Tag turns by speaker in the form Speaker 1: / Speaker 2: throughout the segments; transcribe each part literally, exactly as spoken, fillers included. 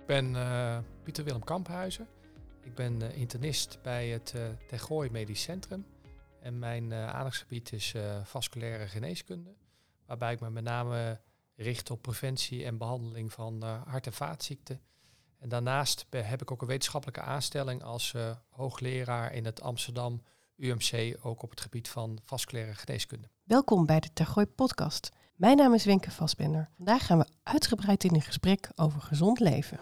Speaker 1: Ik ben uh, Pieter Willem Kamphuizen. Ik ben uh, internist bij het uh, Ter Gooi Medisch Centrum. En mijn uh, aandachtsgebied is uh, vasculaire geneeskunde. Waarbij ik me met name richt op preventie en behandeling van uh, hart- en vaatziekten. En daarnaast be- heb ik ook een wetenschappelijke aanstelling als uh, hoogleraar in het Amsterdam U M C, ook op het gebied van vasculaire geneeskunde.
Speaker 2: Welkom bij de Ter Gooi podcast. Mijn naam is Wenke Vasbender. Vandaag gaan we uitgebreid in een gesprek over gezond leven.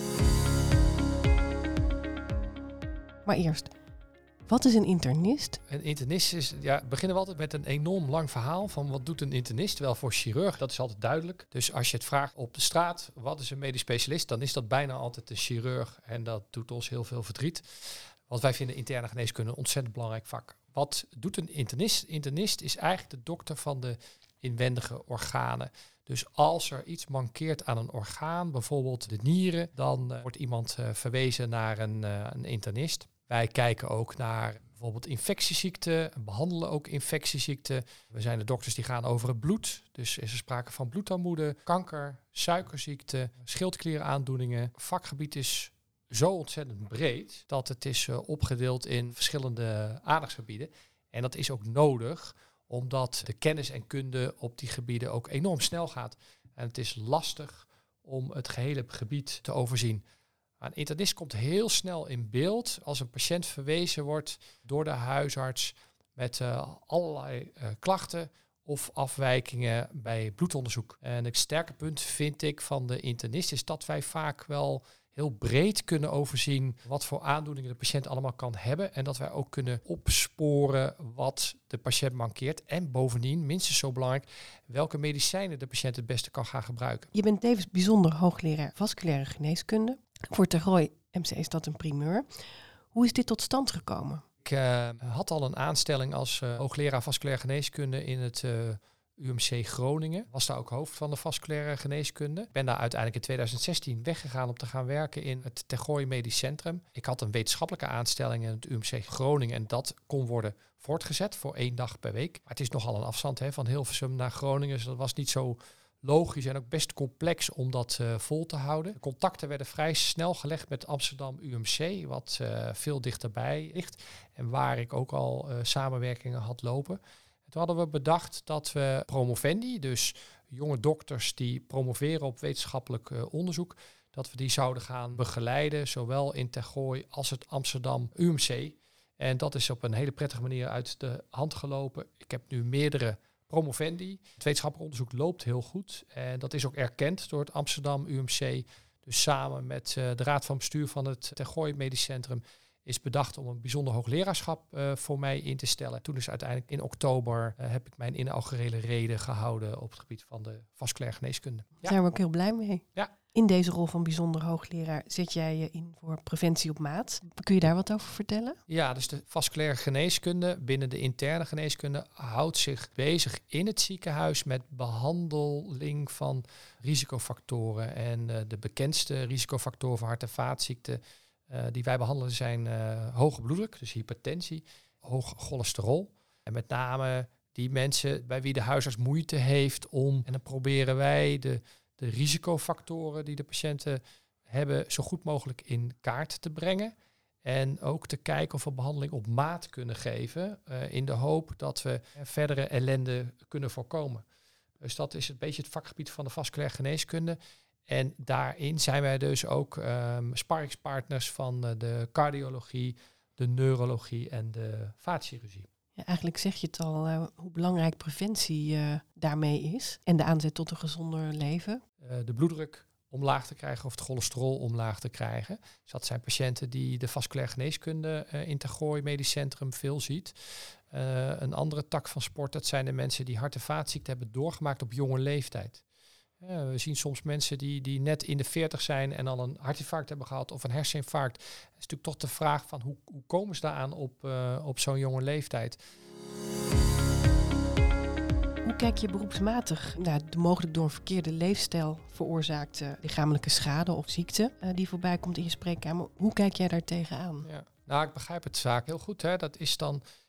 Speaker 2: Maar eerst, wat is een internist?
Speaker 1: Een internist is, ja, beginnen we altijd met een enorm lang verhaal van wat doet een internist? Wel voor chirurg, dat is altijd duidelijk. Dus als je het vraagt op de straat, wat is een medisch specialist? Dan is dat bijna altijd een chirurg en dat doet ons heel veel verdriet. Want wij vinden interne geneeskunde een ontzettend belangrijk vak. Wat doet een internist? Internist is eigenlijk de dokter van de inwendige organen. Dus als er iets mankeert aan een orgaan, bijvoorbeeld de nieren, dan uh, wordt iemand uh, verwezen naar een, uh, een internist. Wij kijken ook naar bijvoorbeeld infectieziekten, behandelen ook infectieziekten. We zijn de dokters die gaan over het bloed. Dus is er sprake van bloedarmoede, kanker, suikerziekte, schildklieraandoeningen. Vakgebied is zo ontzettend breed dat het is uh, opgedeeld in verschillende aandachtsgebieden. En dat is ook nodig, omdat de kennis en kunde op die gebieden ook enorm snel gaat. En het is lastig om het gehele gebied te overzien. Maar een internist komt heel snel in beeld als een patiënt verwezen wordt door de huisarts met uh, allerlei uh, klachten of afwijkingen bij bloedonderzoek. En het sterke punt vind ik van de internist is dat wij vaak wel heel breed kunnen overzien wat voor aandoeningen de patiënt allemaal kan hebben. En dat wij ook kunnen opsporen wat de patiënt mankeert. En bovendien, minstens zo belangrijk, welke medicijnen de patiënt het beste kan gaan gebruiken.
Speaker 2: Je bent tevens bijzonder hoogleraar vasculaire geneeskunde. Voor Ter Gooi M C is dat een primeur. Hoe is dit tot stand gekomen?
Speaker 1: Ik uh, had al een aanstelling als uh, hoogleraar vasculaire geneeskunde in het uh, U M C Groningen. Was daar ook hoofd van de vasculaire geneeskunde. Ik ben daar uiteindelijk in tweeduizend zestien weggegaan om te gaan werken in het Ter Gooi Medisch Centrum. Ik had een wetenschappelijke aanstelling in het U M C Groningen en dat kon worden voortgezet voor één dag per week. Maar het is nogal een afstand hè, van Hilversum naar Groningen, dus dat was niet zo logisch en ook best complex om dat uh, vol te houden. De contacten werden vrij snel gelegd met Amsterdam U M C, wat uh, veel dichterbij ligt en waar ik ook al uh, samenwerkingen had lopen. Toen hadden we bedacht dat we promovendi, dus jonge dokters die promoveren op wetenschappelijk uh, onderzoek, dat we die zouden gaan begeleiden, zowel in Ter Gooi als het Amsterdam U M C. En dat is op een hele prettige manier uit de hand gelopen. Ik heb nu meerdere promovendi. Het wetenschappelijk onderzoek loopt heel goed. En dat is ook erkend door het Amsterdam U M C. Dus samen met uh, de Raad van Bestuur van het Ter Gooi Medisch Centrum is bedacht om een bijzonder hoogleraarschap uh, voor mij in te stellen. Toen is uiteindelijk in oktober uh, heb ik mijn inaugurele reden gehouden op het gebied van de vasculaire geneeskunde.
Speaker 2: Daar ja. zijn we ook heel blij mee.
Speaker 1: Ja.
Speaker 2: In deze rol van bijzonder hoogleraar zet jij je in voor preventie op maat. Kun je daar wat over vertellen?
Speaker 1: Ja, dus de vasculaire geneeskunde binnen de interne geneeskunde houdt zich bezig in het ziekenhuis met behandeling van risicofactoren. En uh, de bekendste risicofactoren voor hart- en vaatziekten Uh, die wij behandelen zijn uh, hoge bloeddruk, dus hypertensie, hoog cholesterol. En met name die mensen bij wie de huisarts moeite heeft om, en dan proberen wij de, de risicofactoren die de patiënten hebben zo goed mogelijk in kaart te brengen. En ook te kijken of we behandeling op maat kunnen geven uh, in de hoop dat we verdere ellende kunnen voorkomen. Dus dat is een beetje het vakgebied van de vasculaire geneeskunde. En daarin zijn wij dus ook um, sparringspartners van uh, de cardiologie, de neurologie en de vaatchirurgie.
Speaker 2: Ja, eigenlijk zeg je het al, uh, hoe belangrijk preventie uh, daarmee is. En de aanzet tot een gezonder leven.
Speaker 1: Uh, de bloeddruk omlaag te krijgen of het cholesterol omlaag te krijgen. Dus dat zijn patiënten die de vasculaire geneeskunde uh, in Ter Gooi Medisch Centrum veel ziet. Uh, een andere tak van sport, dat zijn de mensen die hart- en vaatziekten hebben doorgemaakt op jonge leeftijd. Ja, we zien soms mensen die, die net in de veertig zijn en al een hartinfarct hebben gehad of een herseninfarct. Het is natuurlijk toch de vraag van hoe, hoe komen ze daaraan op, uh, op zo'n jonge leeftijd.
Speaker 2: Hoe kijk je beroepsmatig naar de mogelijk door een verkeerde leefstijl veroorzaakte lichamelijke schade of ziekte uh, die voorbij komt in je spreekkamer? Hoe kijk jij daar tegenaan?
Speaker 1: Ja. Nou, ik begrijp het zaak heel goed. Hè. Dat is dan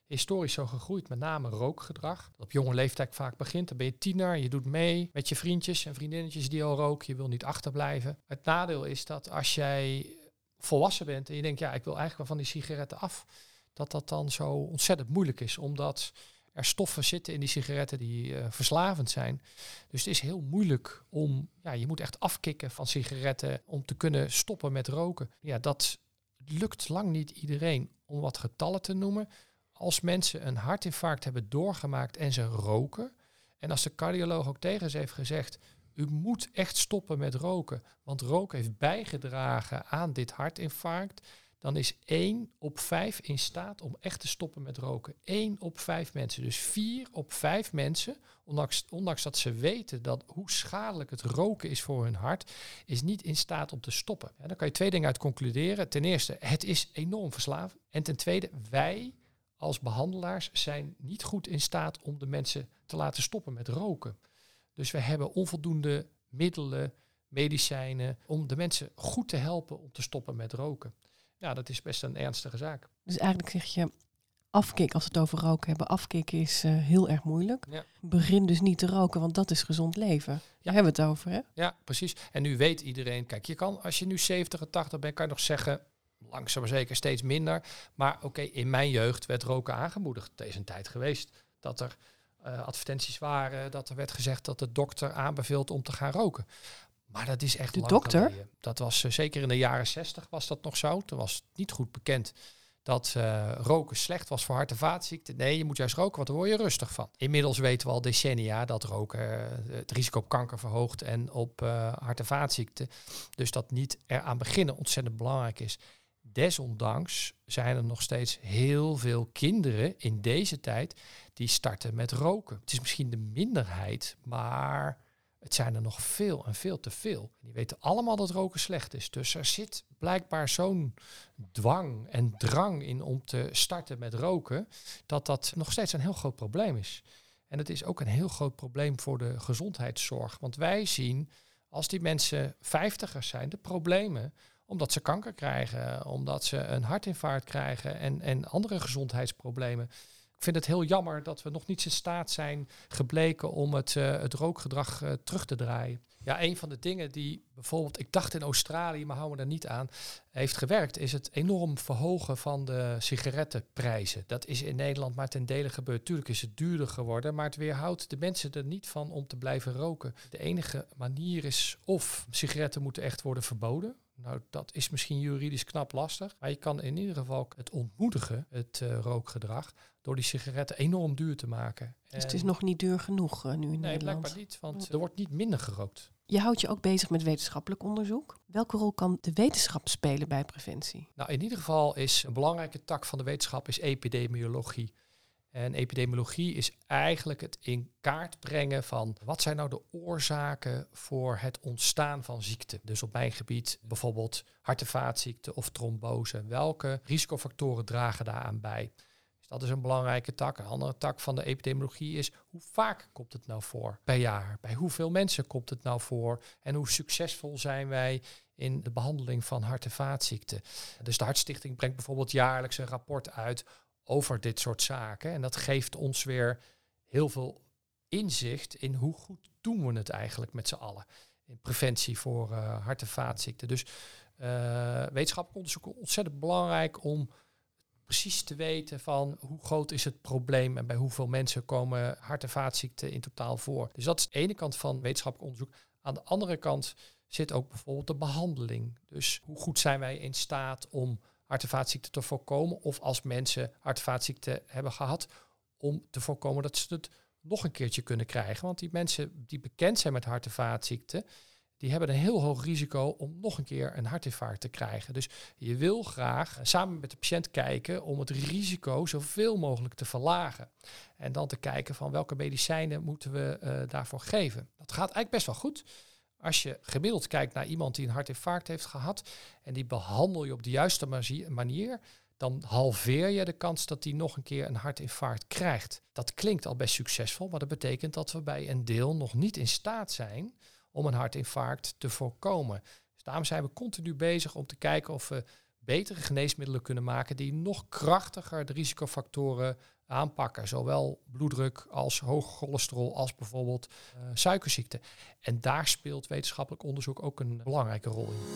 Speaker 1: historisch zo gegroeid, met name rookgedrag. Dat op jonge leeftijd vaak begint. Dan ben je tiener, je doet mee met je vriendjes en vriendinnetjes die al roken. Je wil niet achterblijven. Het nadeel is dat als jij volwassen bent en je denkt, ja, ik wil eigenlijk wel van die sigaretten af, dat dat dan zo ontzettend moeilijk is, omdat er stoffen zitten in die sigaretten die uh, verslavend zijn. Dus het is heel moeilijk om, ja, je moet echt afkicken van sigaretten om te kunnen stoppen met roken. Ja, dat lukt lang niet iedereen. Om wat getallen te noemen, als mensen een hartinfarct hebben doorgemaakt en ze roken, en als de cardioloog ook tegen ze heeft gezegd, u moet echt stoppen met roken, want roken heeft bijgedragen aan dit hartinfarct, dan is één op vijf in staat om echt te stoppen met roken. één op vijf mensen. Dus vier op vijf mensen, ondanks, ondanks dat ze weten dat hoe schadelijk het roken is voor hun hart, is niet in staat om te stoppen. Ja, dan kan je twee dingen uit concluderen. Ten eerste, het is enorm verslavend. En ten tweede, wij als behandelaars zijn niet goed in staat om de mensen te laten stoppen met roken. Dus we hebben onvoldoende middelen, medicijnen, om de mensen goed te helpen om te stoppen met roken. Ja, dat is best een ernstige zaak.
Speaker 2: Dus eigenlijk zeg je, afkicken, als we het over roken hebben, afkicken is uh, heel erg moeilijk. Ja. Begin dus niet te roken, want dat is gezond leven. Daar ja. hebben we het over, hè?
Speaker 1: Ja, precies. En nu weet iedereen, kijk, je kan, als je nu zeventig en tachtig bent, kan je nog zeggen, langzaam maar zeker steeds minder. Maar oké, okay, in mijn jeugd werd roken aangemoedigd. Het is een tijd geweest dat er uh, advertenties waren, dat er werd gezegd dat de dokter aanbeveelt om te gaan roken. Maar dat is echt
Speaker 2: de
Speaker 1: lang
Speaker 2: dokter?
Speaker 1: geleden. Dat was uh, zeker in de jaren zestig was dat nog zo. Toen was het niet goed bekend dat uh, roken slecht was voor hart- en vaatziekten. Nee, je moet juist roken, want daar word je rustig van. Inmiddels weten we al decennia dat roken uh, het risico op kanker verhoogt en op uh, hart- en vaatziekten. Dus dat niet eraan beginnen ontzettend belangrijk is. Desondanks zijn er nog steeds heel veel kinderen in deze tijd die starten met roken. Het is misschien de minderheid, maar het zijn er nog veel en veel te veel. Die weten allemaal dat roken slecht is. Dus er zit blijkbaar zo'n dwang en drang in om te starten met roken, dat dat nog steeds een heel groot probleem is. En het is ook een heel groot probleem voor de gezondheidszorg. Want wij zien, als die mensen vijftigers zijn, de problemen omdat ze kanker krijgen, omdat ze een hartinfarct krijgen en, en andere gezondheidsproblemen. Ik vind het heel jammer dat we nog niet in staat zijn gebleken om het, uh, het rookgedrag uh, terug te draaien. Ja, een van de dingen die bijvoorbeeld, ik dacht in Australië, maar hou me daar niet aan, heeft gewerkt, is het enorm verhogen van de sigarettenprijzen. Dat is in Nederland maar ten dele gebeurd. Tuurlijk is het duurder geworden, maar het weerhoudt de mensen er niet van om te blijven roken. De enige manier is of sigaretten moeten echt worden verboden. Nou, dat is misschien juridisch knap lastig, maar je kan in ieder geval het ontmoedigen, het uh, rookgedrag, door die sigaretten enorm duur te maken.
Speaker 2: Dus en het is nog niet duur genoeg uh, nu in
Speaker 1: nee,
Speaker 2: Nederland?
Speaker 1: Nee, blijkbaar niet, want er wordt niet minder gerookt.
Speaker 2: Je houdt je ook bezig met wetenschappelijk onderzoek. Welke rol kan de wetenschap spelen bij preventie?
Speaker 1: Nou, in ieder geval is een belangrijke tak van de wetenschap is epidemiologie. En epidemiologie is eigenlijk het in kaart brengen van wat zijn nou de oorzaken voor het ontstaan van ziekte. Dus op mijn gebied bijvoorbeeld hart- en vaatziekten of trombose. Welke risicofactoren dragen daaraan bij? Dus dat is een belangrijke tak. Een andere tak van de epidemiologie is hoe vaak komt het nou voor per jaar? Bij hoeveel mensen komt het nou voor? En hoe succesvol zijn wij in de behandeling van hart- en vaatziekten? Dus de Hartstichting brengt bijvoorbeeld jaarlijks een rapport uit over dit soort zaken. En dat geeft ons weer heel veel inzicht in hoe goed doen we het eigenlijk met z'n allen. In preventie voor uh, hart- en vaatziekten. Dus uh, wetenschappelijk onderzoek is ontzettend belangrijk om precies te weten van hoe groot is het probleem en bij hoeveel mensen komen hart- en vaatziekten in totaal voor. Dus dat is de ene kant van wetenschappelijk onderzoek. Aan de andere kant zit ook bijvoorbeeld de behandeling. Dus hoe goed zijn wij in staat om hart- en vaatziekten te voorkomen, of als mensen hart- en vaatziekten hebben gehad, om te voorkomen dat ze het nog een keertje kunnen krijgen. Want die mensen die bekend zijn met hart- en vaatziekten, die hebben een heel hoog risico om nog een keer een hartinfarct te krijgen. Dus je wil graag samen met de patiënt kijken om het risico zoveel mogelijk te verlagen. En dan te kijken van welke medicijnen moeten we uh, daarvoor geven. Dat gaat eigenlijk best wel goed. Als je gemiddeld kijkt naar iemand die een hartinfarct heeft gehad en die behandel je op de juiste manier, dan halveer je de kans dat die nog een keer een hartinfarct krijgt. Dat klinkt al best succesvol, maar dat betekent dat we bij een deel nog niet in staat zijn om een hartinfarct te voorkomen. Dus daarom zijn we continu bezig om te kijken of we betere geneesmiddelen kunnen maken die nog krachtiger de risicofactoren aanpakken. Zowel bloeddruk als hoog cholesterol als bijvoorbeeld uh, suikerziekte. En daar speelt wetenschappelijk onderzoek ook een belangrijke rol in.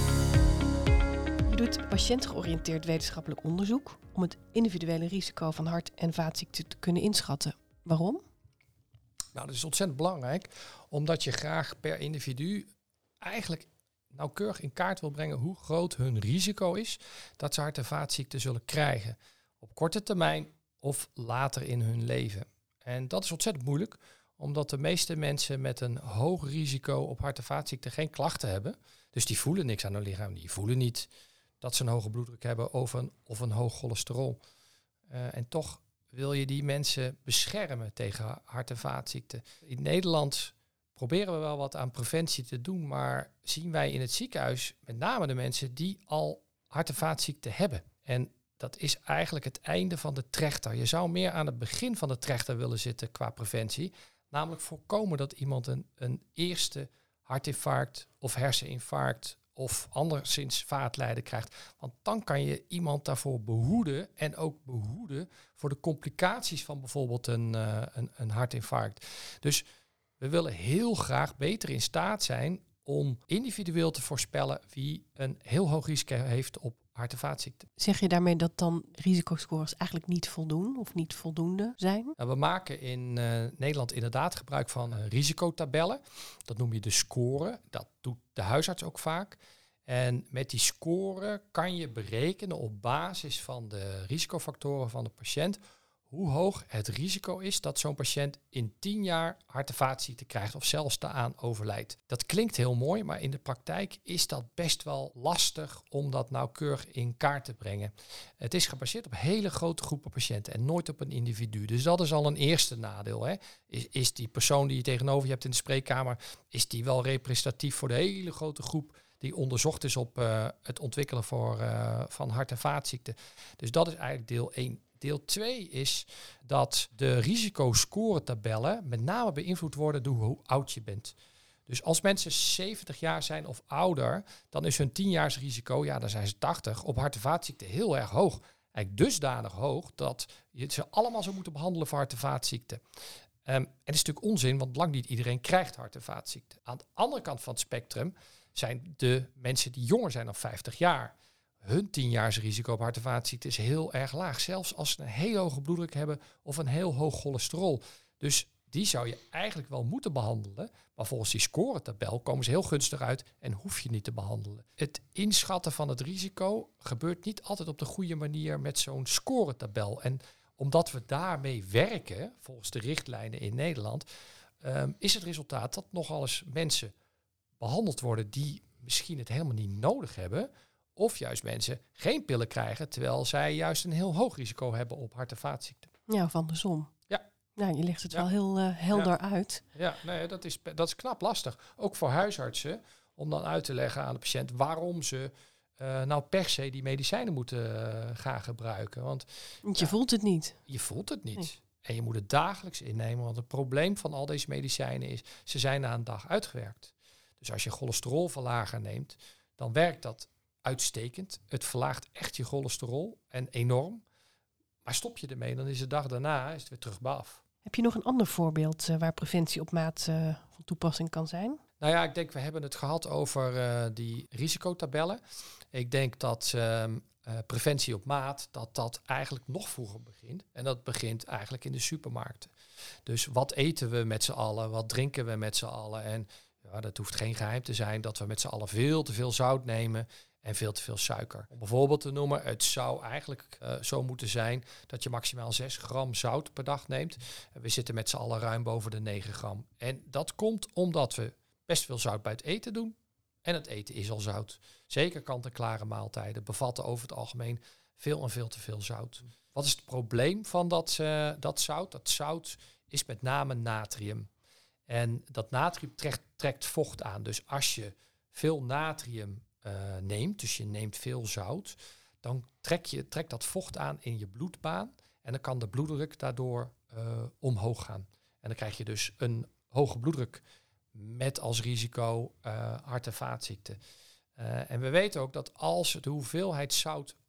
Speaker 2: Je doet patiëntgeoriënteerd wetenschappelijk onderzoek om het individuele risico van hart- en vaatziekten te kunnen inschatten. Waarom?
Speaker 1: Nou, dat is ontzettend belangrijk, omdat je graag per individu eigenlijk nauwkeurig in kaart wil brengen hoe groot hun risico is dat ze hart- en vaatziekten zullen krijgen. Op korte termijn of later in hun leven. En dat is ontzettend moeilijk, omdat de meeste mensen met een hoog risico op hart- en vaatziekten geen klachten hebben. Dus die voelen niks aan hun lichaam. Die voelen niet dat ze een hoge bloeddruk hebben of een, of een hoog cholesterol. Uh, en toch wil je die mensen beschermen tegen hart- en vaatziekten. In Nederland proberen we wel wat aan preventie te doen, maar zien wij in het ziekenhuis met name de mensen die al hart- en vaatziekten hebben. En dat is eigenlijk het einde van de trechter. Je zou meer aan het begin van de trechter willen zitten qua preventie. Namelijk voorkomen dat iemand een, een eerste hartinfarct of herseninfarct of anderszins vaatlijden krijgt. Want dan kan je iemand daarvoor behoeden en ook behoeden voor de complicaties van bijvoorbeeld een, uh, een, een hartinfarct. Dus we willen heel graag beter in staat zijn om individueel te voorspellen wie een heel hoog risico heeft op hart- en vaatziekten.
Speaker 2: Zeg je daarmee dat dan risicoscores eigenlijk niet voldoen of niet voldoende zijn?
Speaker 1: Nou, we maken in uh, Nederland inderdaad gebruik van uh, risicotabellen. Dat noem je de score. Dat doet de huisarts ook vaak. En met die score kan je berekenen op basis van de risicofactoren van de patiënt hoe hoog het risico is dat zo'n patiënt in tien jaar hart- en vaatziekten krijgt of zelfs daaraan overlijdt. Dat klinkt heel mooi, maar in de praktijk is dat best wel lastig om dat nauwkeurig in kaart te brengen. Het is gebaseerd op hele grote groepen patiënten en nooit op een individu. Dus dat is al een eerste nadeel. Hè. Is, is die persoon die je tegenover je hebt in de spreekkamer, is die wel representatief voor de hele grote groep die onderzocht is op uh, het ontwikkelen voor, uh, van hart- en vaatziekten. Dus dat is eigenlijk deel één. Deel twee is dat de risicoscoretabellen met name beïnvloed worden door hoe oud je bent. Dus als mensen zeventig jaar zijn of ouder, dan is hun tienjaarsrisico, ja, dan zijn ze tachtig, op hart- en vaatziekten heel erg hoog. Eigenlijk dusdanig hoog dat je ze allemaal zou moeten behandelen voor hart- en vaatziekten. Um, en dat is natuurlijk onzin, want lang niet iedereen krijgt hart- en vaatziekten. Aan de andere kant van het spectrum zijn de mensen die jonger zijn dan vijftig jaar. Hun tienjaarsrisico op hart- en vaatziekten is heel erg laag. Zelfs als ze een heel hoge bloeddruk hebben of een heel hoog cholesterol. Dus die zou je eigenlijk wel moeten behandelen. Maar volgens die scoretabel komen ze heel gunstig uit en hoef je niet te behandelen. Het inschatten van het risico gebeurt niet altijd op de goede manier met zo'n scoretabel. En omdat we daarmee werken, volgens de richtlijnen in Nederland, um, is het resultaat dat nogal eens mensen behandeld worden die misschien het helemaal niet nodig hebben. Of juist mensen geen pillen krijgen, terwijl zij juist een heel hoog risico hebben op hart- en vaatziekten.
Speaker 2: Ja, of andersom.
Speaker 1: Ja.
Speaker 2: Nou, je legt het
Speaker 1: ja.
Speaker 2: wel heel uh, helder
Speaker 1: ja.
Speaker 2: uit.
Speaker 1: Ja, nee, dat is, dat is knap lastig. Ook voor huisartsen, om dan uit te leggen aan de patiënt waarom ze uh, nou per se die medicijnen moeten uh, gaan gebruiken. Want,
Speaker 2: want je
Speaker 1: ja,
Speaker 2: voelt het niet.
Speaker 1: Je voelt het niet.
Speaker 2: Nee.
Speaker 1: En je moet het dagelijks innemen, want het probleem van al deze medicijnen is, ze zijn na een dag uitgewerkt. Dus als je cholesterolverlager neemt, dan werkt dat uitstekend. Het verlaagt echt je cholesterol en enorm. Maar stop je ermee, dan is de dag daarna is het weer terug bij af.
Speaker 2: Heb je nog een ander voorbeeld uh, waar preventie op maat uh, van toepassing kan zijn?
Speaker 1: Nou ja, ik denk we hebben het gehad over uh, die risicotabellen. Ik denk dat uh, uh, preventie op maat, dat dat eigenlijk nog vroeger begint. En dat begint eigenlijk in de supermarkten. Dus wat eten we met z'n allen? Wat drinken we met z'n allen? En ja, dat hoeft geen geheim te zijn dat we met z'n allen veel te veel zout nemen en veel te veel suiker. Om bijvoorbeeld te noemen, het zou eigenlijk uh, zo moeten zijn dat je maximaal zes gram zout per dag neemt. We zitten met z'n allen ruim boven de negen gram. En dat komt omdat we best veel zout bij het eten doen. En het eten is al zout. Zeker kant-en-klare maaltijden bevatten over het algemeen veel en veel te veel zout. Wat is het probleem van dat, uh, dat zout? Dat zout is met name natrium. En dat natrium trekt, trekt vocht aan. Dus als je veel natrium uh, neemt, dus je neemt veel zout, dan trek je trekt dat vocht aan in je bloedbaan. En dan kan de bloeddruk daardoor uh, omhoog gaan. En dan krijg je dus een hoge bloeddruk met als risico uh, hart- en vaatziekten. Uh, en we weten ook dat als de hoeveelheid zout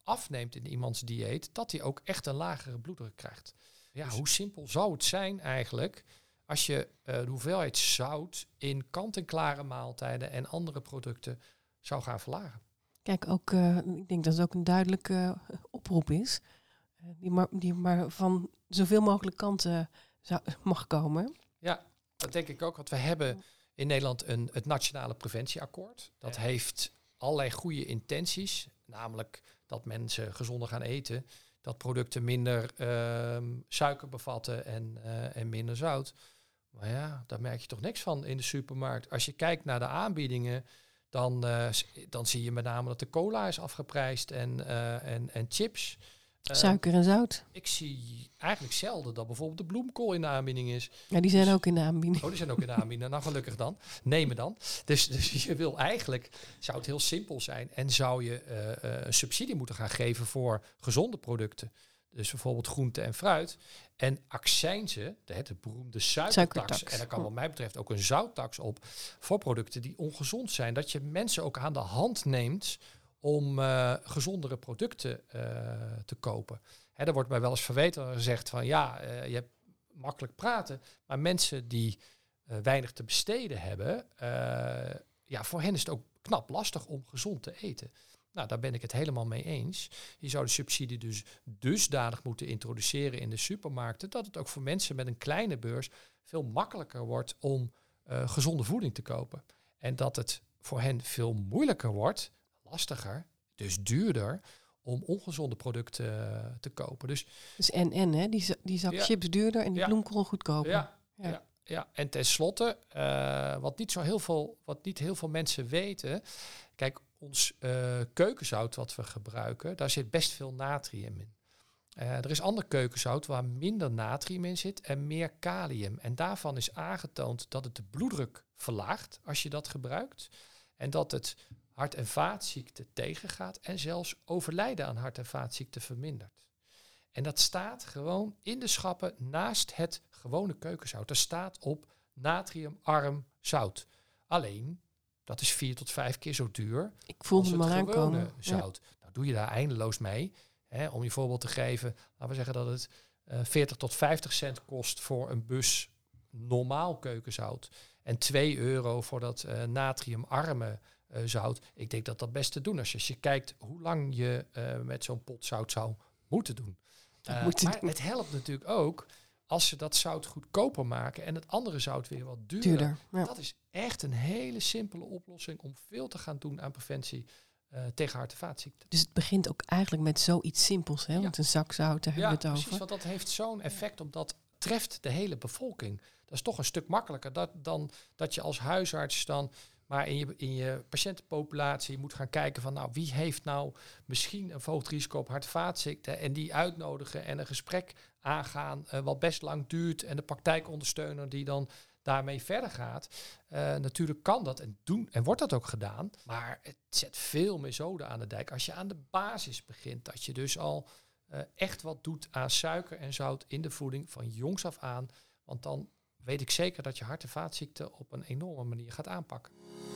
Speaker 1: afneemt in iemands dieet, dat hij ook echt een lagere bloeddruk krijgt. Ja, dus hoe simpel zou het zijn eigenlijk als je uh, de hoeveelheid zout in kant-en-klare maaltijden en andere producten zou gaan verlagen.
Speaker 2: Kijk, ook, uh, ik denk dat het ook een duidelijke uh, oproep is. Uh, die, maar, die maar van zoveel mogelijk kanten zou, mag komen.
Speaker 1: Ja, dat denk ik ook. Want we hebben in Nederland een, het Nationale Preventieakkoord. Dat ja. heeft allerlei goede intenties. Namelijk dat mensen gezonder gaan eten. Dat producten minder uh, suiker bevatten en, uh, en minder zout. Maar ja, daar merk je toch niks van in de supermarkt. Als je kijkt naar de aanbiedingen, dan, uh, dan zie je met name dat de cola is afgeprijsd en, uh, en, en chips. Uh,
Speaker 2: Suiker en zout.
Speaker 1: Ik zie eigenlijk zelden dat bijvoorbeeld de bloemkool in de aanbieding is.
Speaker 2: Ja, die zijn dus, ook in de aanbieding.
Speaker 1: Oh, die zijn ook in de aanbieding. Nou, gelukkig dan. Neem dan. Dus, dus je wil eigenlijk, zou het heel simpel zijn en zou je uh, uh, een subsidie moeten gaan geven voor gezonde producten. Dus bijvoorbeeld groente en fruit. En accijnzen, de, de beroemde suikertax. suikertax. En daar kan wat mij betreft ook een zouttax op voor producten die ongezond zijn. Dat je mensen ook aan de hand neemt om uh, gezondere producten uh, te kopen. Hè, er wordt mij wel eens verweten gezegd van ja, uh, je hebt makkelijk praten. Maar mensen die uh, weinig te besteden hebben, uh, ja, voor hen is het ook knap lastig om gezond te eten. Nou, daar ben ik het helemaal mee eens. Je zou de subsidie dus dusdanig moeten introduceren in de supermarkten, dat het ook voor mensen met een kleine beurs veel makkelijker wordt om uh, gezonde voeding te kopen. En dat het voor hen veel moeilijker wordt, lastiger, dus duurder, om ongezonde producten uh, te kopen. Dus,
Speaker 2: dus en en, hè? Die, die zak ja. chips duurder en die ja. bloemkool goedkoper.
Speaker 1: Ja, ja. ja. ja. En tenslotte, uh, wat niet zo heel veel, wat niet heel veel mensen weten, kijk, ons uh, keukenzout wat we gebruiken, daar zit best veel natrium in. Uh, er is ander keukenzout waar minder natrium in zit en meer kalium. En daarvan is aangetoond dat het de bloeddruk verlaagt als je dat gebruikt. En dat het hart- en vaatziekten tegengaat en zelfs overlijden aan hart- en vaatziekten vermindert. En dat staat gewoon in de schappen naast het gewone keukenzout. Er staat op natriumarm zout. Alleen, dat is vier tot vijf keer zo duur
Speaker 2: Ik voel
Speaker 1: als
Speaker 2: het
Speaker 1: het
Speaker 2: gewone
Speaker 1: aankomen. zout. Ja. Nou doe je daar eindeloos mee. Hè, om je voorbeeld te geven, laten we zeggen dat het uh, veertig tot vijftig cent kost voor een bus normaal keukenzout. En twee euro voor dat uh, natriumarme uh, zout. Ik denk dat dat best te doen is. Als je kijkt hoe lang je uh, met zo'n pot zout zou moeten doen. Uh, moet maar doen. Het helpt natuurlijk ook als ze dat zout goedkoper maken en het andere zout weer wat duurder. duurder ja. Dat is echt een hele simpele oplossing om veel te gaan doen aan preventie uh, tegen hart- en vaatziekten.
Speaker 2: Dus het begint ook eigenlijk met zoiets simpels, hè? Ja. Want een zak zout, daar
Speaker 1: ja,
Speaker 2: hebben we het
Speaker 1: precies,
Speaker 2: over.
Speaker 1: Want dat heeft zo'n effect, omdat het treft de hele bevolking. Dat is toch een stuk makkelijker dat, dan dat je als huisarts dan maar in je, in je patiëntenpopulatie moet gaan kijken van nou wie heeft nou misschien een verhoogd risico op hart- en vaatziekten en die uitnodigen en een gesprek aangaan uh, wat best lang duurt en de praktijkondersteuner die dan daarmee verder gaat. Uh, natuurlijk kan dat en doen en wordt dat ook gedaan, maar het zet veel meer zoden aan de dijk als je aan de basis begint. Dat je dus al uh, echt wat doet aan suiker en zout in de voeding van jongs af aan, want dan weet ik zeker dat je hart- en vaatziekten op een enorme manier gaat aanpakken.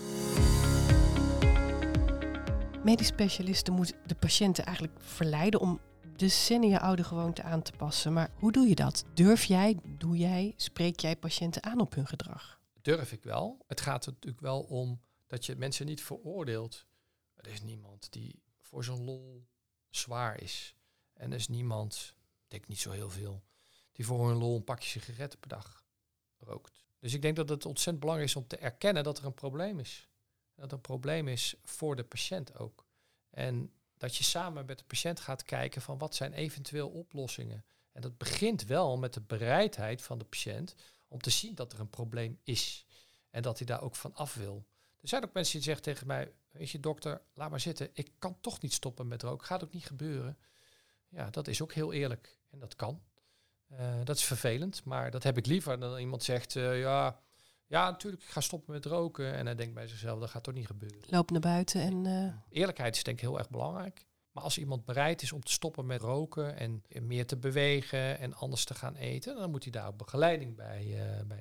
Speaker 2: Medisch specialisten moeten de patiënten eigenlijk verleiden om decennia oude gewoonten aan te passen. Maar hoe doe je dat? Durf jij, doe jij, spreek jij patiënten aan op hun gedrag?
Speaker 1: Durf ik wel. Het gaat er natuurlijk wel om dat je mensen niet veroordeelt. Er is niemand die voor zijn lol zwaar is. En er is niemand, ik denk niet zo heel veel, die voor hun lol een pakje sigaretten per dag rookt. Dus ik denk dat het ontzettend belangrijk is om te erkennen dat er een probleem is. Dat er een probleem is voor de patiënt ook. En dat je samen met de patiënt gaat kijken van wat zijn eventueel oplossingen. En dat begint wel met de bereidheid van de patiënt om te zien dat er een probleem is. En dat hij daar ook van af wil. Er zijn ook mensen die zeggen tegen mij, weet je dokter, laat maar zitten. Ik kan toch niet stoppen met roken. Gaat ook niet gebeuren. Ja, dat is ook heel eerlijk. En dat kan. Uh, dat is vervelend, maar dat heb ik liever dan iemand zegt, uh, ja, ja, natuurlijk, ik ga stoppen met roken. En hij denkt bij zichzelf, dat gaat toch niet gebeuren.
Speaker 2: Loop naar buiten en... Uh...
Speaker 1: Eerlijkheid is denk ik heel erg belangrijk. Maar als iemand bereid is om te stoppen met roken en meer te bewegen en anders te gaan eten, dan moet hij daar ook begeleiding bij, uh, bij hebben.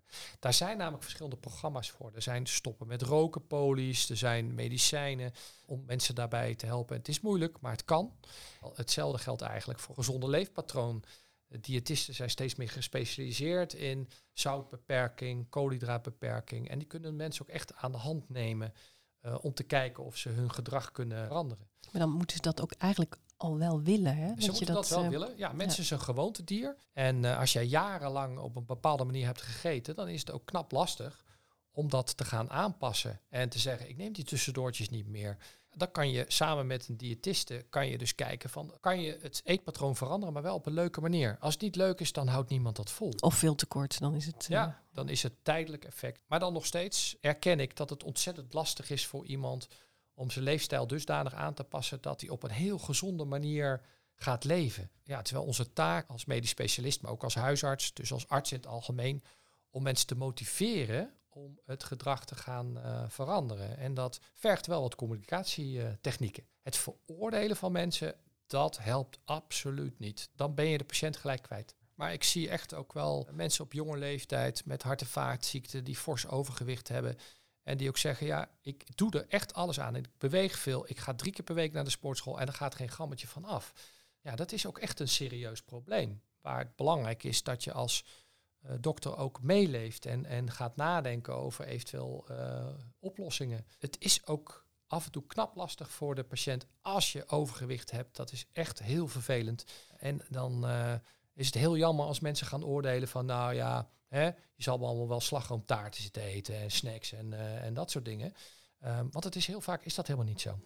Speaker 1: Daar zijn namelijk verschillende programma's voor. Er zijn stoppen met rokenpolies, er zijn medicijnen om mensen daarbij te helpen. Het is moeilijk, maar het kan. Hetzelfde geldt eigenlijk voor gezonde leefpatroon. Diëtisten zijn steeds meer gespecialiseerd in zoutbeperking, koolhydraatbeperking. En die kunnen mensen ook echt aan de hand nemen uh, om te kijken of ze hun gedrag kunnen veranderen.
Speaker 2: Maar dan moeten ze dat ook eigenlijk al wel willen, hè?
Speaker 1: Ze
Speaker 2: dat
Speaker 1: moeten
Speaker 2: je
Speaker 1: dat,
Speaker 2: dat
Speaker 1: wel
Speaker 2: uh,
Speaker 1: willen. Ja, mensen
Speaker 2: ja.
Speaker 1: is een gewoontedier. En uh, als jij jarenlang op een bepaalde manier hebt gegeten, dan is het ook knap lastig om dat te gaan aanpassen. En te zeggen, ik neem die tussendoortjes niet meer. Dan kan je samen met een diëtiste, kan je dus kijken van, kan je het eetpatroon veranderen, maar wel op een leuke manier. Als het niet leuk is, dan houdt niemand dat vol.
Speaker 2: Of veel te kort, dan is het... Uh,
Speaker 1: ja, dan is het tijdelijk effect. Maar dan nog steeds erken ik dat het ontzettend lastig is voor iemand om zijn leefstijl dusdanig aan te passen dat hij op een heel gezonde manier gaat leven. Ja, het is wel onze taak als medisch specialist, maar ook als huisarts, dus als arts in het algemeen, om mensen te motiveren om het gedrag te gaan uh, veranderen. En dat vergt wel wat communicatietechnieken. Het veroordelen van mensen, dat helpt absoluut niet. Dan ben je de patiënt gelijk kwijt. Maar ik zie echt ook wel mensen op jonge leeftijd met hart- en vaatziekten die fors overgewicht hebben. En die ook zeggen, ja, ik doe er echt alles aan. Ik beweeg veel. Ik ga drie keer per week naar de sportschool en er gaat geen grammetje van af. Ja, dat is ook echt een serieus probleem. Waar het belangrijk is dat je als uh, dokter ook meeleeft en, en gaat nadenken over eventueel uh, oplossingen. Het is ook af en toe knap lastig voor de patiënt als je overgewicht hebt. Dat is echt heel vervelend. En dan uh, is het heel jammer als mensen gaan oordelen van, nou ja, hè, je zal allemaal wel slagroomtaarten zitten eten en snacks en, uh, en dat soort dingen. Um, want het is heel vaak is dat helemaal niet zo.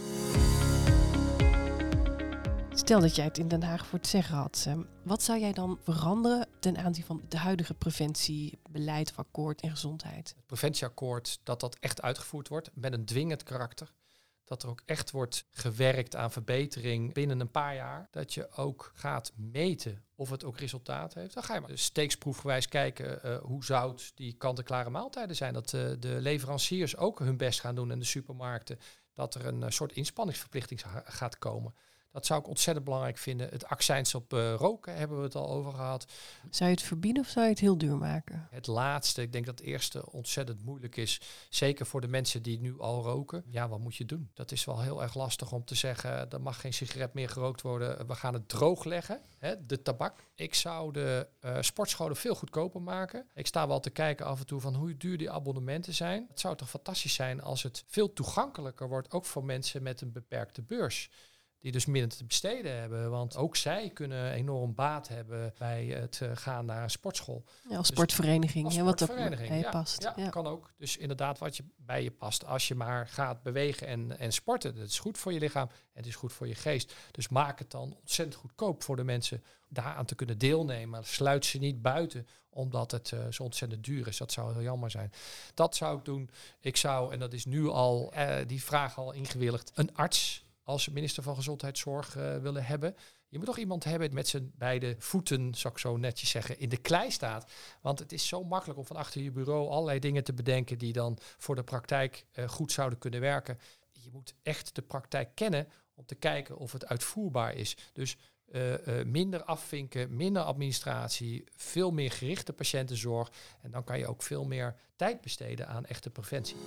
Speaker 2: Stel dat jij het in Den Haag voor het zeggen had. Uh, wat zou jij dan veranderen ten aanzien van het huidige preventiebeleid of akkoord en gezondheid?
Speaker 1: Het preventieakkoord, dat dat echt uitgevoerd wordt met een dwingend karakter. Dat er ook echt wordt gewerkt aan verbetering binnen een paar jaar. Dat je ook gaat meten of het ook resultaat heeft. Dan ga je maar steeksproefgewijs kijken uh, hoe zout die kant-en-klare maaltijden zijn. Dat uh, de leveranciers ook hun best gaan doen en de supermarkten. Dat er een uh, soort inspanningsverplichting ga- gaat komen. Dat zou ik ontzettend belangrijk vinden. Het accijns op uh, roken hebben we het al over gehad.
Speaker 2: Zou je het verbieden of zou je het heel duur maken?
Speaker 1: Het laatste, ik denk dat het eerste ontzettend moeilijk is. Zeker voor de mensen die nu al roken. Ja, wat moet je doen? Dat is wel heel erg lastig om te zeggen, er mag geen sigaret meer gerookt worden. We gaan het droog leggen, hè, de tabak. Ik zou de uh, sportscholen veel goedkoper maken. Ik sta wel te kijken af en toe van hoe duur die abonnementen zijn. Het zou toch fantastisch zijn als het veel toegankelijker wordt, ook voor mensen met een beperkte beurs. Die dus minder te besteden hebben. Want ook zij kunnen enorm baat hebben bij het uh, gaan naar een sportschool.
Speaker 2: Ja, als
Speaker 1: dus
Speaker 2: sportvereniging.
Speaker 1: als
Speaker 2: ja, wat
Speaker 1: sportvereniging,
Speaker 2: bij je
Speaker 1: ja,
Speaker 2: past.
Speaker 1: Ja,
Speaker 2: ja,
Speaker 1: kan ook. Dus inderdaad wat je bij je past. Als je maar gaat bewegen en, en sporten. Dat is goed voor je lichaam. En het is goed voor je geest. Dus maak het dan ontzettend goedkoop voor de mensen daaraan te kunnen deelnemen. Sluit ze niet buiten omdat het uh, zo ontzettend duur is. Dat zou heel jammer zijn. Dat zou ik doen. Ik zou, en dat is nu al, uh, die vraag al ingewilligd, een arts als minister van Gezondheidszorg uh, willen hebben. Je moet toch iemand hebben met zijn beide voeten, zou ik zo netjes zeggen, in de klei staat. Want het is zo makkelijk om van achter je bureau allerlei dingen te bedenken die dan voor de praktijk uh, goed zouden kunnen werken. Je moet echt de praktijk kennen om te kijken of het uitvoerbaar is. Dus uh, uh, minder afvinken, minder administratie, veel meer gerichte patiëntenzorg. En dan kan je ook veel meer tijd besteden aan echte preventie.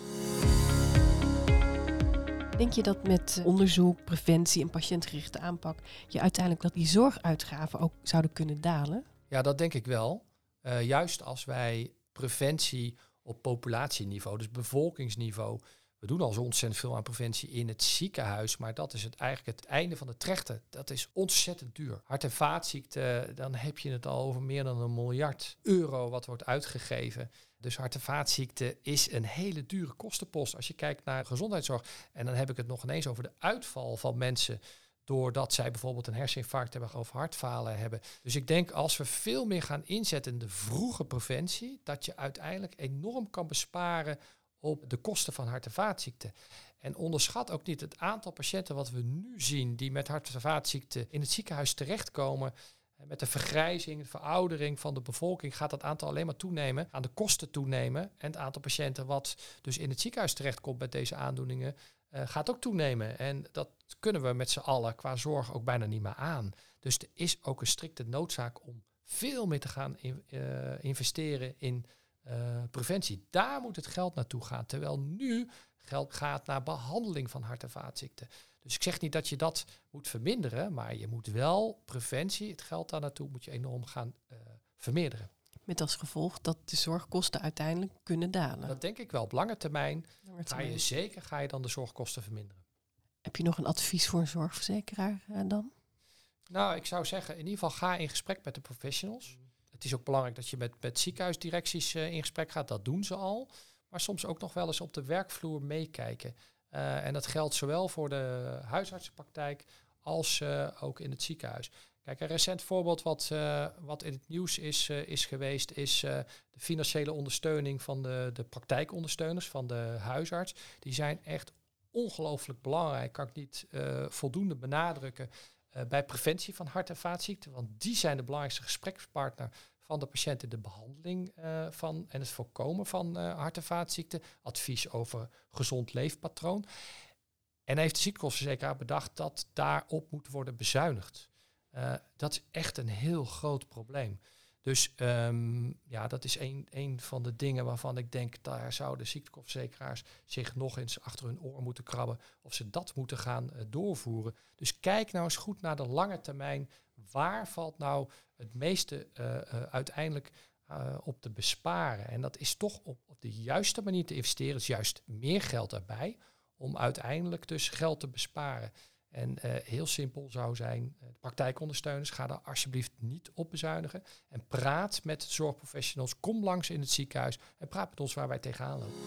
Speaker 2: Denk je dat met onderzoek, preventie en patiëntgerichte aanpak je uiteindelijk dat die zorguitgaven ook zouden kunnen dalen?
Speaker 1: Ja, dat denk ik wel. Uh, juist als wij preventie op populatieniveau, dus bevolkingsniveau. We doen al zo ontzettend veel aan preventie in het ziekenhuis, maar dat is het eigenlijk het einde van de trechter. Dat is ontzettend duur. Hart- en vaatziekten, dan heb je het al over meer dan een miljard euro wat wordt uitgegeven. Dus hart- en vaatziekten is een hele dure kostenpost als je kijkt naar gezondheidszorg. En dan heb ik het nog ineens over de uitval van mensen doordat zij bijvoorbeeld een herseninfarct hebben of hartfalen hebben. Dus ik denk als we veel meer gaan inzetten in de vroege preventie, dat je uiteindelijk enorm kan besparen op de kosten van hart- en vaatziekten. En onderschat ook niet het aantal patiënten wat we nu zien die met hart- en vaatziekten in het ziekenhuis terechtkomen. Met de vergrijzing, de veroudering van de bevolking gaat dat aantal alleen maar toenemen, aan de kosten toenemen. En het aantal patiënten wat dus in het ziekenhuis terechtkomt met deze aandoeningen uh, gaat ook toenemen. En dat kunnen we met z'n allen qua zorg ook bijna niet meer aan. Dus er is ook een strikte noodzaak om veel meer te gaan in, uh, investeren in uh, preventie. Daar moet het geld naartoe gaan. Terwijl nu geld gaat naar behandeling van hart- en vaatziekten. Dus ik zeg niet dat je dat moet verminderen, maar je moet wel preventie, het geld daar naartoe moet je enorm gaan uh, vermeerderen.
Speaker 2: Met als gevolg dat de zorgkosten uiteindelijk kunnen dalen.
Speaker 1: Dat denk ik wel. Op lange termijn,
Speaker 2: lange
Speaker 1: termijn. Ga je zeker ga je dan de zorgkosten verminderen.
Speaker 2: Heb je nog een advies voor een zorgverzekeraar uh, dan?
Speaker 1: Nou, ik zou zeggen, in ieder geval ga in gesprek met de professionals. Mm. Het is ook belangrijk dat je met, met ziekenhuisdirecties uh, in gesprek gaat. Dat doen ze al. Maar soms ook nog wel eens op de werkvloer meekijken. Uh, en dat geldt zowel voor de huisartsenpraktijk als uh, ook in het ziekenhuis. Kijk, een recent voorbeeld wat, uh, wat in het nieuws is, uh, is geweest, is uh, de financiële ondersteuning van de, de praktijkondersteuners van de huisarts. Die zijn echt ongelooflijk belangrijk, kan ik niet uh, voldoende benadrukken, uh, bij preventie van hart- en vaatziekten. Want die zijn de belangrijkste gesprekspartner van de patiënt in de behandeling uh, van en het voorkomen van uh, hart- en vaatziekten. Advies over gezond leefpatroon. En heeft de ziektekostenverzekeraar bedacht dat daarop moet worden bezuinigd. Uh, dat is echt een heel groot probleem. Dus um, ja, dat is een, een van de dingen waarvan ik denk, daar zouden ziektekostenverzekeraars zich nog eens achter hun oor moeten krabben of ze dat moeten gaan uh, doorvoeren. Dus kijk nou eens goed naar de lange termijn. Waar valt nou het meeste uh, uh, uiteindelijk uh, op te besparen? En dat is toch op, op de juiste manier te investeren, is juist meer geld erbij, om uiteindelijk dus geld te besparen. En uh, heel simpel zou zijn, uh, de praktijkondersteuners, ga daar alsjeblieft niet op bezuinigen. En praat met zorgprofessionals, kom langs in het ziekenhuis en praat met ons waar wij tegenaan lopen.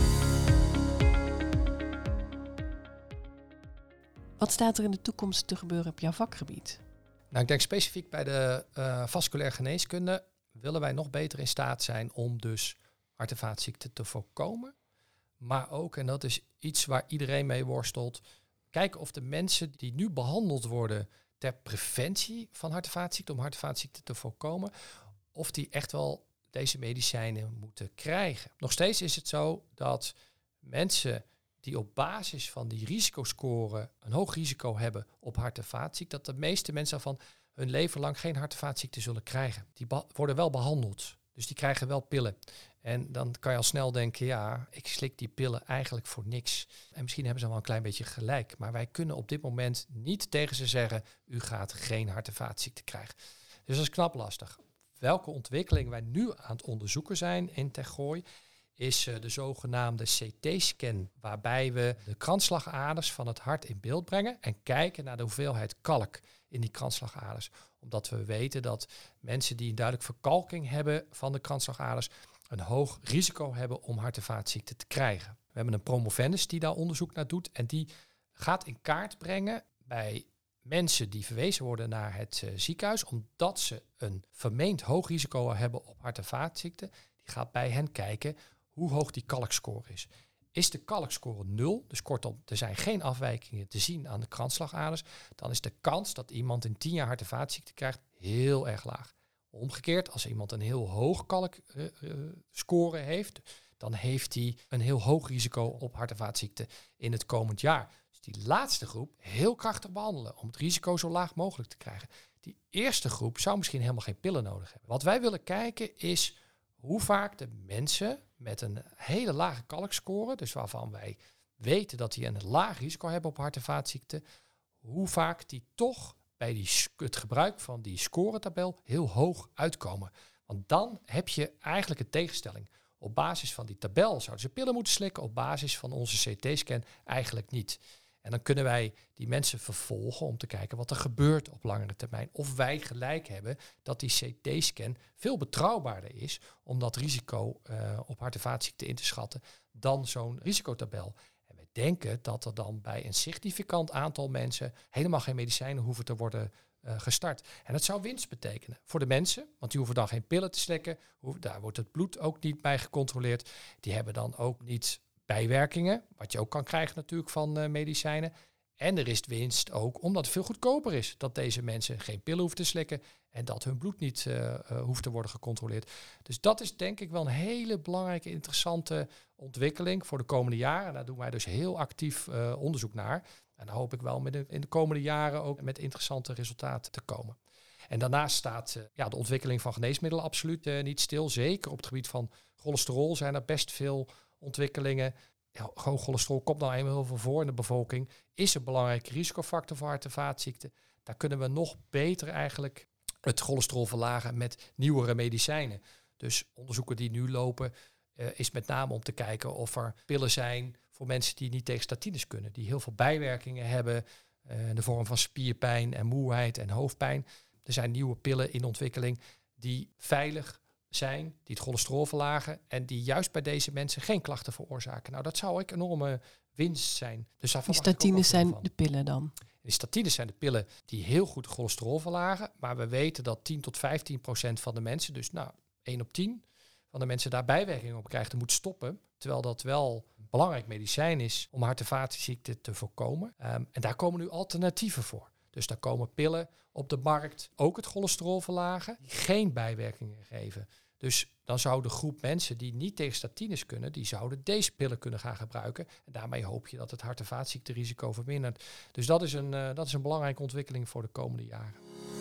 Speaker 2: Wat staat er in de toekomst te gebeuren op jouw vakgebied?
Speaker 1: Nou, ik denk specifiek bij de uh, vasculaire geneeskunde willen wij nog beter in staat zijn om dus hart- en vaatziekten te voorkomen. Maar ook, en dat is iets waar iedereen mee worstelt, kijken of de mensen die nu behandeld worden ter preventie van hart- en vaatziekten, om hart- en vaatziekten te voorkomen, of die echt wel deze medicijnen moeten krijgen. Nog steeds is het zo dat mensen die op basis van die risicoscore een hoog risico hebben op hart- en vaatziekten, dat de meeste mensen daarvan hun leven lang geen hart- en vaatziekten zullen krijgen. Die be- worden wel behandeld, dus die krijgen wel pillen. En dan kan je al snel denken, ja, ik slik die pillen eigenlijk voor niks. En misschien hebben ze wel een klein beetje gelijk. Maar wij kunnen op dit moment niet tegen ze zeggen, u gaat geen hart- en vaatziekten krijgen. Dus dat is knap lastig. Welke ontwikkeling wij nu aan het onderzoeken zijn in Tergooi, is uh, de zogenaamde C T-scan, waarbij we de kransslagaders van het hart in beeld brengen en kijken naar de hoeveelheid kalk in die kransslagaders. Omdat we weten dat mensen die een duidelijk verkalking hebben van de kransslagaders een hoog risico hebben om hart- en vaatziekten te krijgen. We hebben een promovendus die daar onderzoek naar doet en die gaat in kaart brengen bij mensen die verwezen worden naar het uh, ziekenhuis, omdat ze een vermeend hoog risico hebben op hart- en vaatziekten. Die gaat bij hen kijken hoe hoog die kalkscore is. Is de kalkscore nul, dus kortom, er zijn geen afwijkingen te zien aan de kransslagaders, dan is de kans dat iemand in tien jaar hart- en vaatziekten krijgt heel erg laag. Omgekeerd, als iemand een heel hoog kalkscore uh, uh, heeft, dan heeft hij een heel hoog risico op hart- en vaatziekten in het komend jaar. Dus die laatste groep heel krachtig behandelen om het risico zo laag mogelijk te krijgen. Die eerste groep zou misschien helemaal geen pillen nodig hebben. Wat wij willen kijken is hoe vaak de mensen met een hele lage kalkscore, dus waarvan wij weten dat die een laag risico hebben op hart- en vaatziekten, hoe vaak die toch bij die, het gebruik van die scoretabel heel hoog uitkomen. Want dan heb je eigenlijk een tegenstelling. Op basis van die tabel zouden ze pillen moeten slikken, op basis van onze C T-scan eigenlijk niet. En dan kunnen wij die mensen vervolgen om te kijken wat er gebeurt op langere termijn. Of wij gelijk hebben dat die C T-scan veel betrouwbaarder is om dat risico uh, op hart- en vaatziekten in te schatten dan zo'n risicotabel. En wij denken dat er dan bij een significant aantal mensen helemaal geen medicijnen hoeven te worden uh, gestart. En dat zou winst betekenen voor de mensen, want die hoeven dan geen pillen te slikken. Hoeven, daar wordt het bloed ook niet bij gecontroleerd. Die hebben dan ook niet bijwerkingen, wat je ook kan krijgen natuurlijk van uh, medicijnen. En er is winst ook omdat het veel goedkoper is dat deze mensen geen pillen hoeven te slikken en dat hun bloed niet uh, uh, hoeft te worden gecontroleerd. Dus dat is denk ik wel een hele belangrijke, interessante ontwikkeling voor de komende jaren. Daar doen wij dus heel actief uh, onderzoek naar. En daar hoop ik wel met de, in de komende jaren ook met interessante resultaten te komen. En daarnaast staat uh, ja, de ontwikkeling van geneesmiddelen absoluut uh, niet stil. Zeker op het gebied van cholesterol zijn er best veel ontwikkelingen. Ja, hoog cholesterol komt nou eenmaal heel veel voor in de bevolking. Is een belangrijke risicofactor voor hart- en vaatziekten. Daar kunnen we nog beter eigenlijk het cholesterol verlagen met nieuwere medicijnen. Dus onderzoeken die nu lopen uh, is met name om te kijken of er pillen zijn voor mensen die niet tegen statines kunnen. Die heel veel bijwerkingen hebben uh, in de vorm van spierpijn en moeheid en hoofdpijn. Er zijn nieuwe pillen in ontwikkeling die veilig zijn, die het cholesterol verlagen en die juist bij deze mensen geen klachten veroorzaken. Nou, dat zou ook een enorme winst zijn. Dus
Speaker 2: die statines zijn de pillen dan?
Speaker 1: De statines zijn de pillen die heel goed cholesterol verlagen, maar we weten dat tien tot vijftien procent van de mensen, dus nou één op tien van de mensen daar bijwerkingen op krijgt en moet stoppen, terwijl dat wel een belangrijk medicijn is om hart- en vaatziekten te voorkomen. Um, en daar komen nu alternatieven voor. Dus daar komen pillen op de markt, ook het cholesterol verlagen, die geen bijwerkingen geven. Dus dan zou de groep mensen die niet tegen statines kunnen, die zouden deze pillen kunnen gaan gebruiken. En daarmee hoop je dat het hart- en vaatziektenrisico vermindert. Dus dat is een, uh, dat is een belangrijke ontwikkeling voor de komende jaren.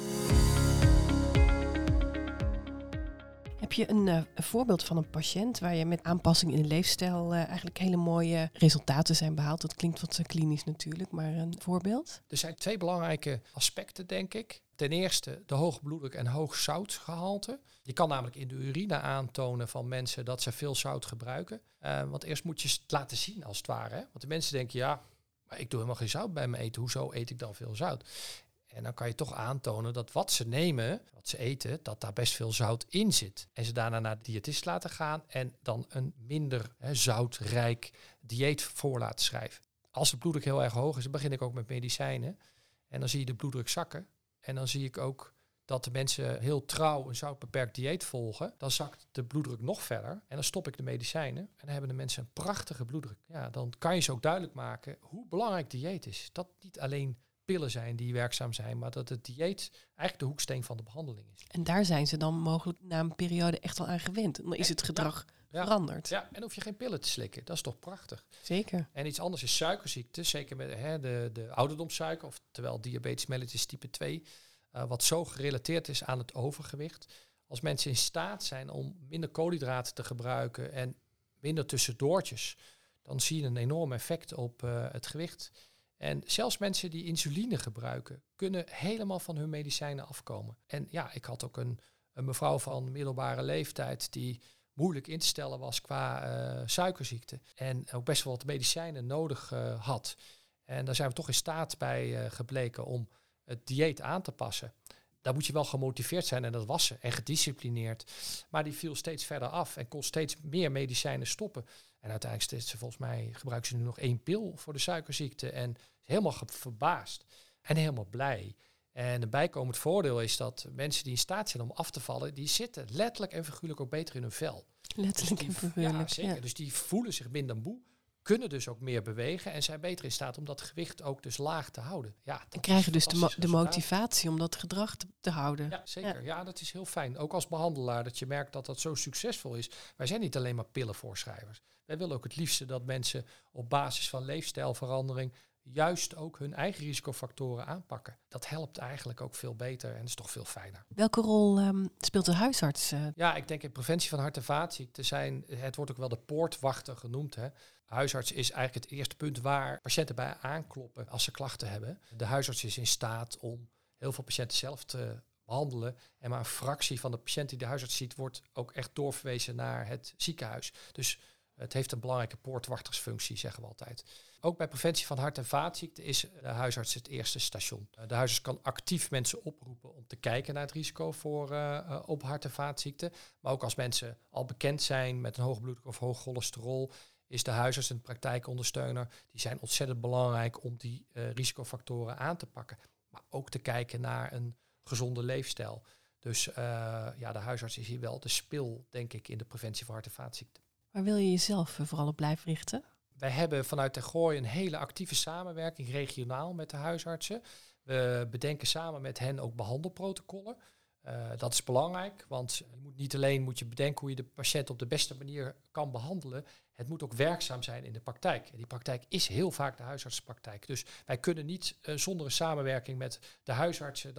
Speaker 2: Heb je een, uh, een voorbeeld van een patiënt waar je met aanpassing in de leefstijl uh, eigenlijk hele mooie resultaten zijn behaald? Dat klinkt wat klinisch natuurlijk, maar een voorbeeld?
Speaker 1: Er zijn twee belangrijke aspecten, denk ik. Ten eerste de hoge bloeddruk en hoog zoutgehalte. Je kan namelijk in de urine aantonen van mensen dat ze veel zout gebruiken. Uh, want eerst moet je het laten zien als het ware. Hè? Want de mensen denken, ja, maar ik doe helemaal geen zout bij me eten. Hoezo eet ik dan veel zout? En dan kan je toch aantonen dat wat ze nemen, wat ze eten, dat daar best veel zout in zit. En ze daarna naar de diëtist laten gaan en dan een minder hè, zoutrijk dieet voor laten schrijven. Als de bloeddruk heel erg hoog is, dan begin ik ook met medicijnen. En dan zie je de bloeddruk zakken. En dan zie ik ook dat de mensen heel trouw een zoutbeperkt dieet volgen. Dan zakt de bloeddruk nog verder. En dan stop ik de medicijnen. En dan hebben de mensen een prachtige bloeddruk. Ja, dan kan je ze ook duidelijk maken hoe belangrijk dieet is. Dat niet alleen pillen zijn die werkzaam zijn, maar dat het dieet eigenlijk de hoeksteen van de behandeling is.
Speaker 2: En daar zijn ze dan mogelijk na een periode echt wel aan gewend. Dan is het gedrag
Speaker 1: ja,
Speaker 2: veranderd.
Speaker 1: Ja, en dan hoef je geen pillen te slikken. Dat is toch prachtig.
Speaker 2: Zeker.
Speaker 1: En iets anders is suikerziekte, zeker met hè, de, de ouderdomssuiker, oftewel diabetes mellitus type twee, uh, wat zo gerelateerd is aan het overgewicht. Als mensen in staat zijn om minder koolhydraten te gebruiken en minder tussendoortjes, dan zie je een enorm effect op uh, het gewicht. En zelfs mensen die insuline gebruiken, kunnen helemaal van hun medicijnen afkomen. En ja, ik had ook een, een mevrouw van middelbare leeftijd die moeilijk in te stellen was qua uh, suikerziekte. En ook best wel wat medicijnen nodig uh, had. En daar zijn we toch in staat bij uh, gebleken om het dieet aan te passen. Daar moet je wel gemotiveerd zijn en dat was ze. En gedisciplineerd. Maar die viel steeds verder af en kon steeds meer medicijnen stoppen. En uiteindelijk steeds ze volgens mij gebruiken ze nu nog één pil voor de suikerziekte. En helemaal ge- verbaasd. En helemaal blij. En een bijkomend voordeel is dat mensen die in staat zijn om af te vallen, die zitten letterlijk en figuurlijk ook beter in hun vel.
Speaker 2: Letterlijk
Speaker 1: dus
Speaker 2: en figuurlijk.
Speaker 1: Ja, zeker.
Speaker 2: Ja.
Speaker 1: Dus die voelen zich minder moe, kunnen dus ook meer bewegen en zijn beter in staat om dat gewicht ook dus laag te houden. Ja,
Speaker 2: en krijgen dus de, mo- de motivatie om dat gedrag te, te houden.
Speaker 1: Ja, zeker. Ja.
Speaker 2: Ja.
Speaker 1: ja, dat is heel fijn. Ook als behandelaar, dat je merkt dat dat zo succesvol is. Wij zijn niet alleen maar pillenvoorschrijvers. Wij willen ook het liefste dat mensen op basis van leefstijlverandering juist ook hun eigen risicofactoren aanpakken. Dat helpt eigenlijk ook veel beter en is toch veel fijner.
Speaker 2: Welke rol um, speelt de huisarts? Uh?
Speaker 1: Ja, ik denk in preventie van hart- en vaatziekten zijn, het wordt ook wel de poortwachter genoemd. Hè. Huisarts is eigenlijk het eerste punt waar patiënten bij aankloppen als ze klachten hebben. De huisarts is in staat om heel veel patiënten zelf te behandelen. En maar een fractie van de patiënten die de huisarts ziet, wordt ook echt doorverwezen naar het ziekenhuis. Dus het heeft een belangrijke poortwachtersfunctie, zeggen we altijd. Ook bij preventie van hart- en vaatziekten is de huisarts het eerste station. De huisarts kan actief mensen oproepen om te kijken naar het risico voor uh, op hart- en vaatziekten. Maar ook als mensen al bekend zijn met een hoge bloeddruk of hoog cholesterol, is de huisarts en praktijkondersteuner, die zijn ontzettend belangrijk om die uh, risicofactoren aan te pakken. Maar ook te kijken naar een gezonde leefstijl. Dus uh, ja, de huisarts is hier wel de spil, denk ik, in de preventie van hart- en vaatziekten.
Speaker 2: Waar wil je jezelf vooral op blijven richten?
Speaker 1: Wij hebben vanuit Ter Gooi een hele actieve samenwerking regionaal met de huisartsen. We bedenken samen met hen ook behandelprotocollen. Uh, dat is belangrijk, want je moet niet alleen moet je bedenken hoe je de patiënt op de beste manier kan behandelen. Het moet ook werkzaam zijn in de praktijk. En die praktijk is heel vaak de huisartsenpraktijk. Dus wij kunnen niet uh, zonder een samenwerking met de huisartsen, dan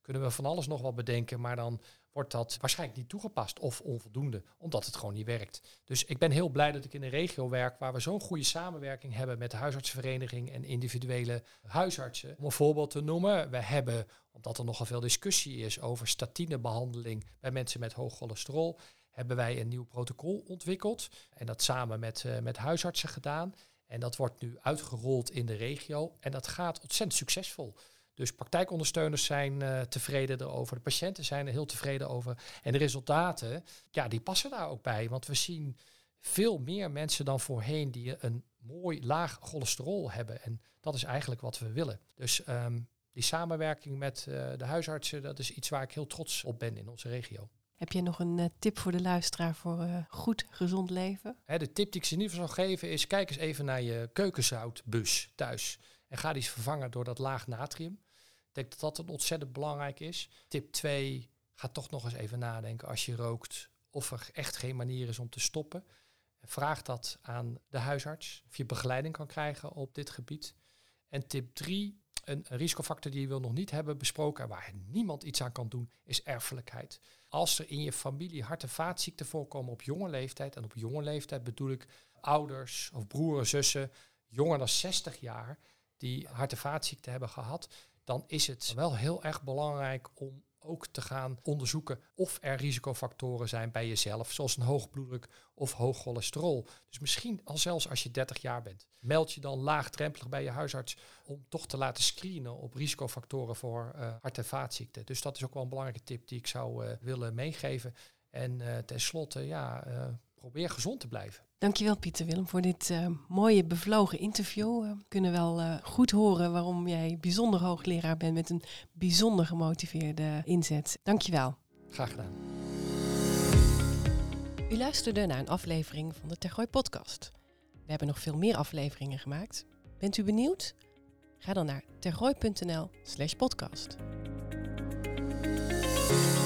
Speaker 1: kunnen we van alles nog wel bedenken, maar dan wordt dat waarschijnlijk niet toegepast of onvoldoende, omdat het gewoon niet werkt. Dus ik ben heel blij dat ik in een regio werk waar we zo'n goede samenwerking hebben met de huisartsenvereniging en individuele huisartsen. Om een voorbeeld te noemen, we hebben, omdat er nogal veel discussie is over statinebehandeling bij mensen met hoog cholesterol, hebben wij een nieuw protocol ontwikkeld en dat samen met, uh, met huisartsen gedaan. En dat wordt nu uitgerold in de regio en dat gaat ontzettend succesvol. Dus praktijkondersteuners zijn uh, tevreden erover, de patiënten zijn er heel tevreden over. En de resultaten, ja, die passen daar ook bij. Want we zien veel meer mensen dan voorheen die een mooi laag cholesterol hebben. En dat is eigenlijk wat we willen. Dus um, die samenwerking met uh, de huisartsen, dat is iets waar ik heel trots op ben in onze regio.
Speaker 2: Heb jij nog een uh, tip voor de luisteraar voor uh, goed gezond leven?
Speaker 1: Hè, de tip die ik ze in ieder geval zou geven is, kijk eens even naar je keukenzoutbus thuis. En ga die eens vervangen door dat laag natrium. Ik denk dat dat een ontzettend belangrijk is. Tip twee, ga toch nog eens even nadenken als je rookt of er echt geen manier is om te stoppen. Vraag dat aan de huisarts of je begeleiding kan krijgen op dit gebied. En tip drie, een, een risicofactor die we nog niet hebben besproken en waar niemand iets aan kan doen, is erfelijkheid. Als er in je familie hart- en vaatziekten voorkomen op jonge leeftijd, en op jonge leeftijd bedoel ik ouders of broeren, zussen, jonger dan zestig jaar, die hart- en vaatziekten hebben gehad, dan is het wel heel erg belangrijk om ook te gaan onderzoeken of er risicofactoren zijn bij jezelf, zoals een hoge bloeddruk of hoog cholesterol. Dus misschien al zelfs als je dertig jaar bent. Meld je dan laagdrempelig bij je huisarts om toch te laten screenen op risicofactoren voor uh, hart- en vaatziekten. Dus dat is ook wel een belangrijke tip die ik zou uh, willen meegeven. En uh, tenslotte, ja, uh, probeer gezond te blijven.
Speaker 2: Dankjewel Pieter Willem voor dit uh, mooie bevlogen interview. We uh, kunnen wel uh, goed horen waarom jij bijzonder hoogleraar bent met een bijzonder gemotiveerde inzet. Dankjewel.
Speaker 1: Graag gedaan.
Speaker 2: U luisterde naar een aflevering van de Tergooi podcast. We hebben nog veel meer afleveringen gemaakt. Bent u benieuwd? Ga dan naar tergooi punt n l slash podcast.